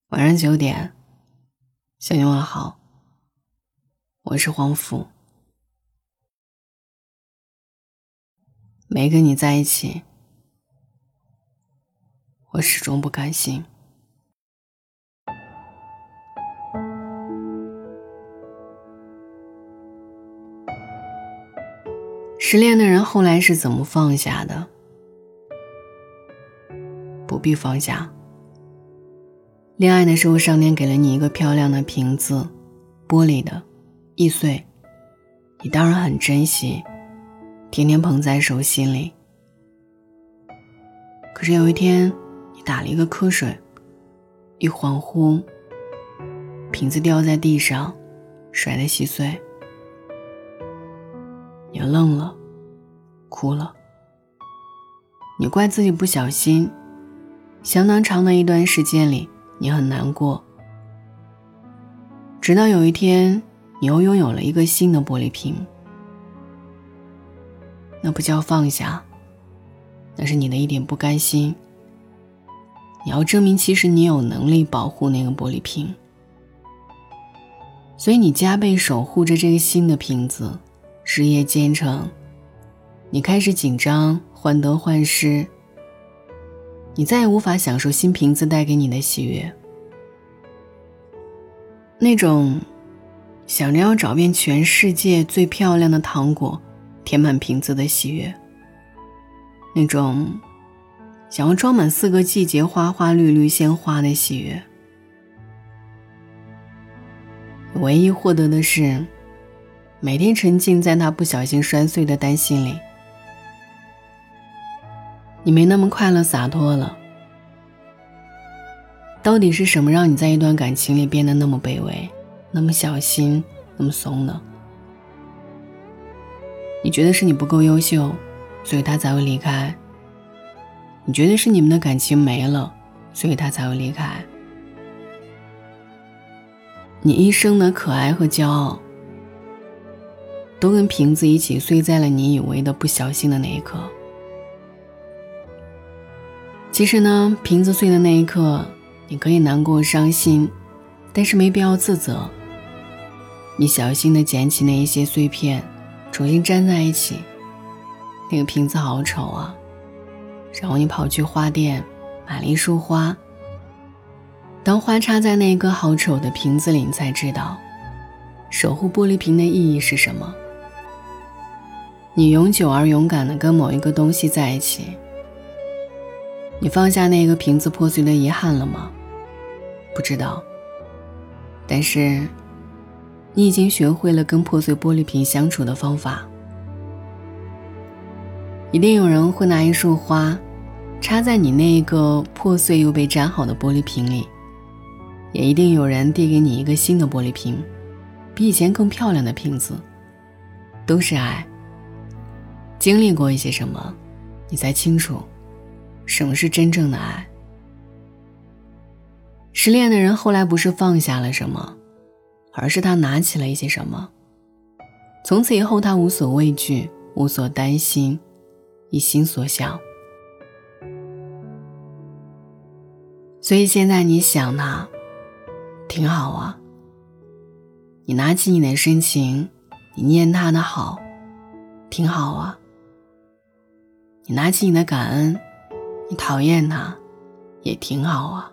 晚上9点，向你问好，我是黄甫。没跟你在一起，我始终不甘心。失恋的人后来是怎么放下的？不必放下。恋爱的时候，上天给了你一个漂亮的瓶子，玻璃的，易碎，你当然很珍惜，天天捧在手心里。可是有一天，你打了一个瞌睡，一恍惚，瓶子掉在地上，摔得稀碎。你愣了，哭了。你怪自己不小心，相当长的一段时间里，你很难过。直到有一天，你又拥有了一个新的玻璃瓶。那不叫放下，那是你的一点不甘心。你要证明其实你有能力保护那个玻璃瓶，所以你加倍守护着这个新的瓶子，日夜兼程。你开始紧张，患得患失，你再也无法享受新瓶子带给你的喜悦，那种想着要找遍全世界最漂亮的糖果填满瓶子的喜悦，那种想要装满4个季节花花绿绿鲜花的喜悦。唯一获得的是每天沉浸在他不小心摔碎的担心里。你没那么快乐洒脱了。到底是什么让你在一段感情里变得那么卑微，那么小心，那么怂呢？你觉得是你不够优秀，所以他才会离开。你觉得是你们的感情没了，所以他才会离开。你一生的可爱和骄傲，都跟瓶子一起碎在了你以为的不小心的那一刻。其实呢，瓶子碎的那一刻，你可以难过伤心，但是没必要自责。你小心地捡起那一些碎片，重新粘在一起。那个瓶子好丑啊，然后你跑去花店买了一束花。当花插在那个好丑的瓶子里，你才知道守护玻璃瓶的意义是什么。你永久而勇敢地跟某一个东西在一起。你放下那个瓶子破碎的遗憾了吗？不知道。但是你已经学会了跟破碎玻璃瓶相处的方法。一定有人会拿一束花插在你那个破碎又被粘好的玻璃瓶里，也一定有人递给你一个新的玻璃瓶，比以前更漂亮的瓶子。都是爱。经历过一些什么，你才清楚什么是真正的爱。失恋的人后来不是放下了什么，而是他拿起了一些什么。从此以后，他无所畏惧，无所担心，一心所向。所以现在你想他，挺好啊。你拿起你的深情，你念他的好，挺好啊。你拿起你的感恩，你讨厌他，也挺好啊。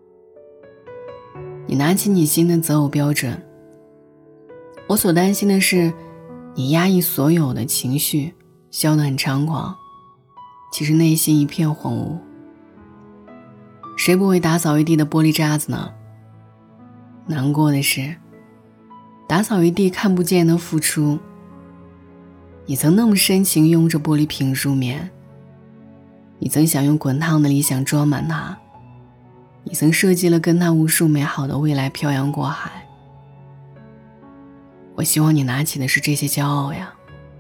你拿起你新的择偶标准。我所担心的是，你压抑所有的情绪，笑得很猖狂，其实内心一片荒芜。谁不会打扫一地的玻璃渣子呢？难过的是，打扫一地看不见的付出。你曾那么深情拥着玻璃瓶入眠，你曾想用滚烫的理想装满它，你曾设计了跟他无数美好的未来漂洋过海。我希望你拿起的是这些骄傲呀。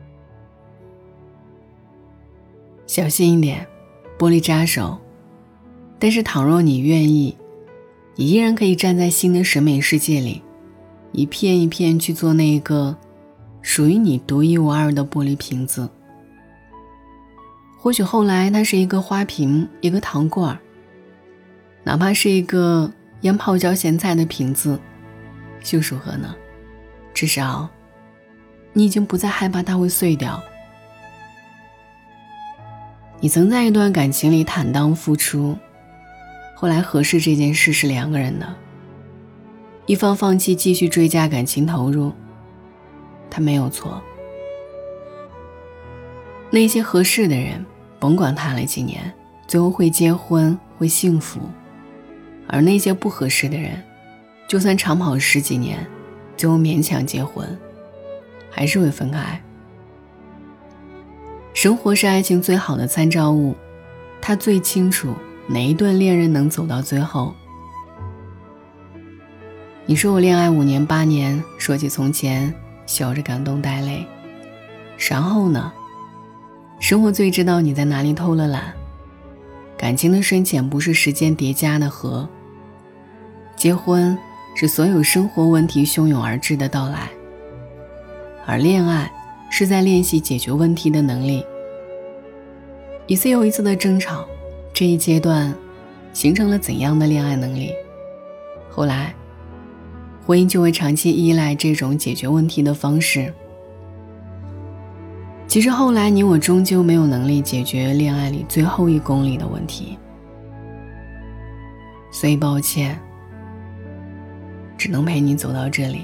小心一点，玻璃扎手。但是倘若你愿意，你依然可以站在新的审美世界里，一片一片去做那个属于你独一无二的玻璃瓶子。或许后来它是一个花瓶，一个糖罐，哪怕是一个腌泡椒咸菜的瓶子，又如何呢？至少你已经不再害怕它会碎掉。你曾在一段感情里坦荡付出，后来合适这件事是两个人的，一方放弃继续追加感情投入，他没有错。那些合适的人，甭管谈了几年，最后会结婚，会幸福；而那些不合适的人，就算长跑10几年，最后勉强结婚，还是会分开。生活是爱情最好的参照物，他最清楚哪一段恋人能走到最后。你说我恋爱5年8年，说起从前，笑着感动带泪。然后呢？生活最知道你在哪里偷了懒。感情的深浅不是时间叠加的河，结婚是所有生活问题汹涌而至的到来，而恋爱是在练习解决问题的能力。一次又一次的争吵，这一阶段形成了怎样的恋爱能力？后来婚姻就会长期依赖这种解决问题的方式。其实后来你我终究没有能力解决恋爱里最后1公里的问题，所以抱歉，只能陪你走到这里。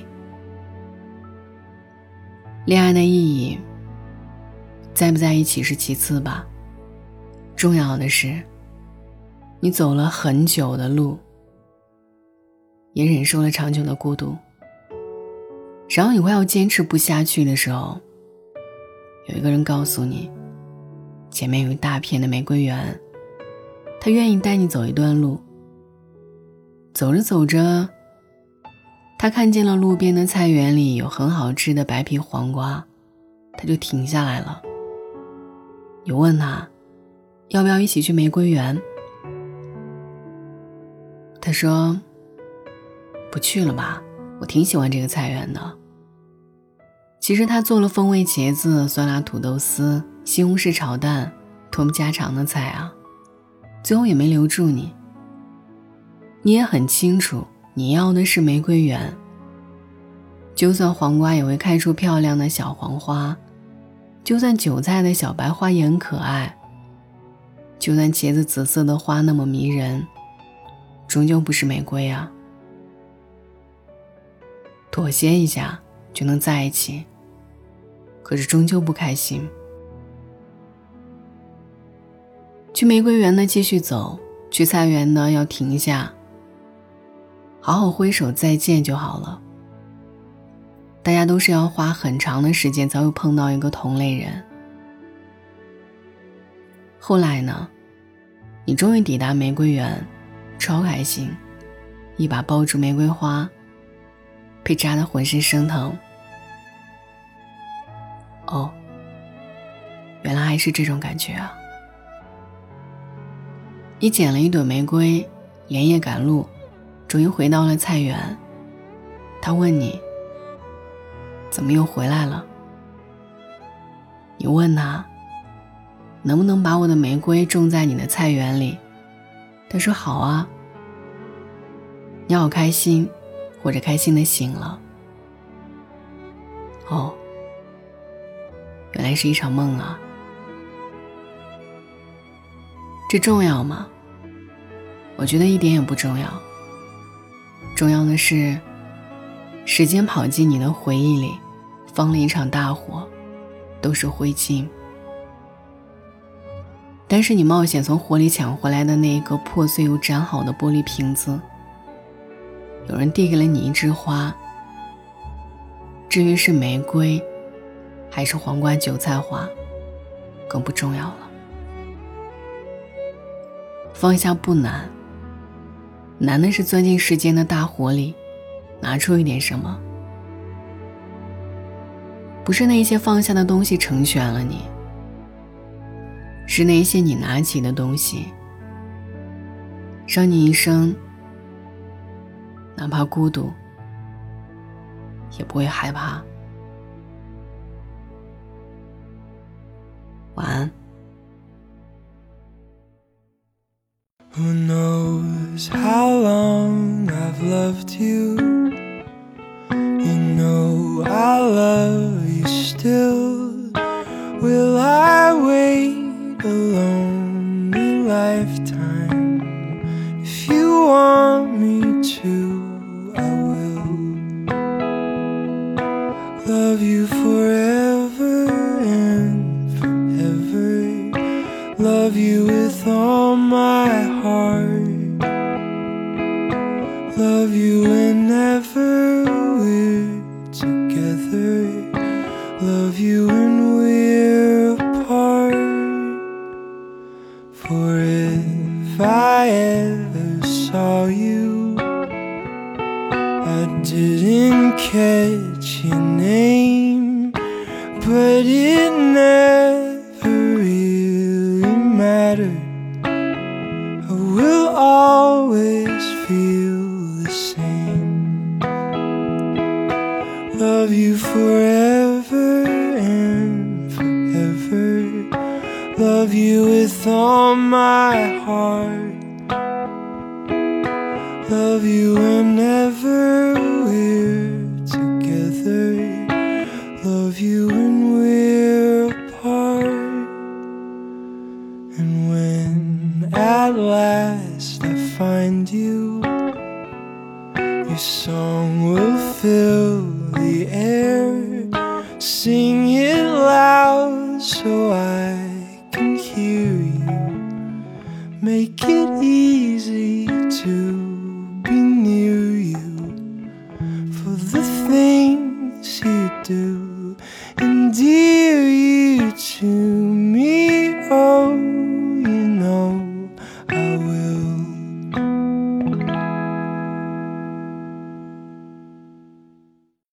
恋爱的意义，在不在一起是其次吧，重要的是你走了很久的路，也忍受了长久的孤独，然后你快要坚持不下去的时候，有一个人告诉你，前面有一大片的玫瑰园，他愿意带你走一段路。走着走着，他看见了路边的菜园里有很好吃的白皮黄瓜，他就停下来了。你问他要不要一起去玫瑰园，他说不去了吧，我挺喜欢这个菜园的。其实他做了风味茄子、酸辣土豆丝、西红柿炒蛋，多么家常的菜啊，最后也没留住你。你也很清楚你要的是玫瑰园，就算黄瓜也会开出漂亮的小黄花，就算韭菜的小白花也很可爱，就算茄子紫色的花那么迷人，终究不是玫瑰啊。妥协一下就能在一起，可是终究不开心。去玫瑰园的继续走，去菜园的要停下，好好挥手再见就好了。大家都是要花很长的时间才会碰到一个同类人。后来呢，你终于抵达玫瑰园，超开心，一把抱住玫瑰花，被扎得浑身生疼。哦，原来还是这种感觉啊。你捡了一朵玫瑰，连夜赶路，终于回到了菜园。他问你，怎么又回来了？你问他，能不能把我的玫瑰种在你的菜园里？他说好啊。你好开心，或者开心的醒了。哦，原来是一场梦啊。这重要吗？我觉得一点也不重要。重要的是，时间跑进你的回忆里，放了一场大火，都是灰烬。但是你冒险从火里抢回来的那一个破碎又粘好的玻璃瓶子，有人递给了你一枝花。至于是玫瑰还是黄瓜韭菜花，更不重要了。放下不难，难的是钻进时间的大火里，拿出一点什么。不是那些放下的东西成全了你，是那些你拿起的东西，让你一生哪怕孤独也不会害怕。晚安。 Who knows how long loved you. You know I love you still. Will I wait a lonely lifetime? If you want me to, I will. Love you forever and forever. Love you with all my heart. Love you whenever we're together. Love you when we're apart. For if I ever saw you, I didn't catch your name, but it never really mattered. I will always feel the same. Love you forever and forever. Love you with all my heart. Love you whenever we're together. Love you when we're apart. And when at last I find you, your song will fill the air. Sing it loud so I can hear you. Make it easy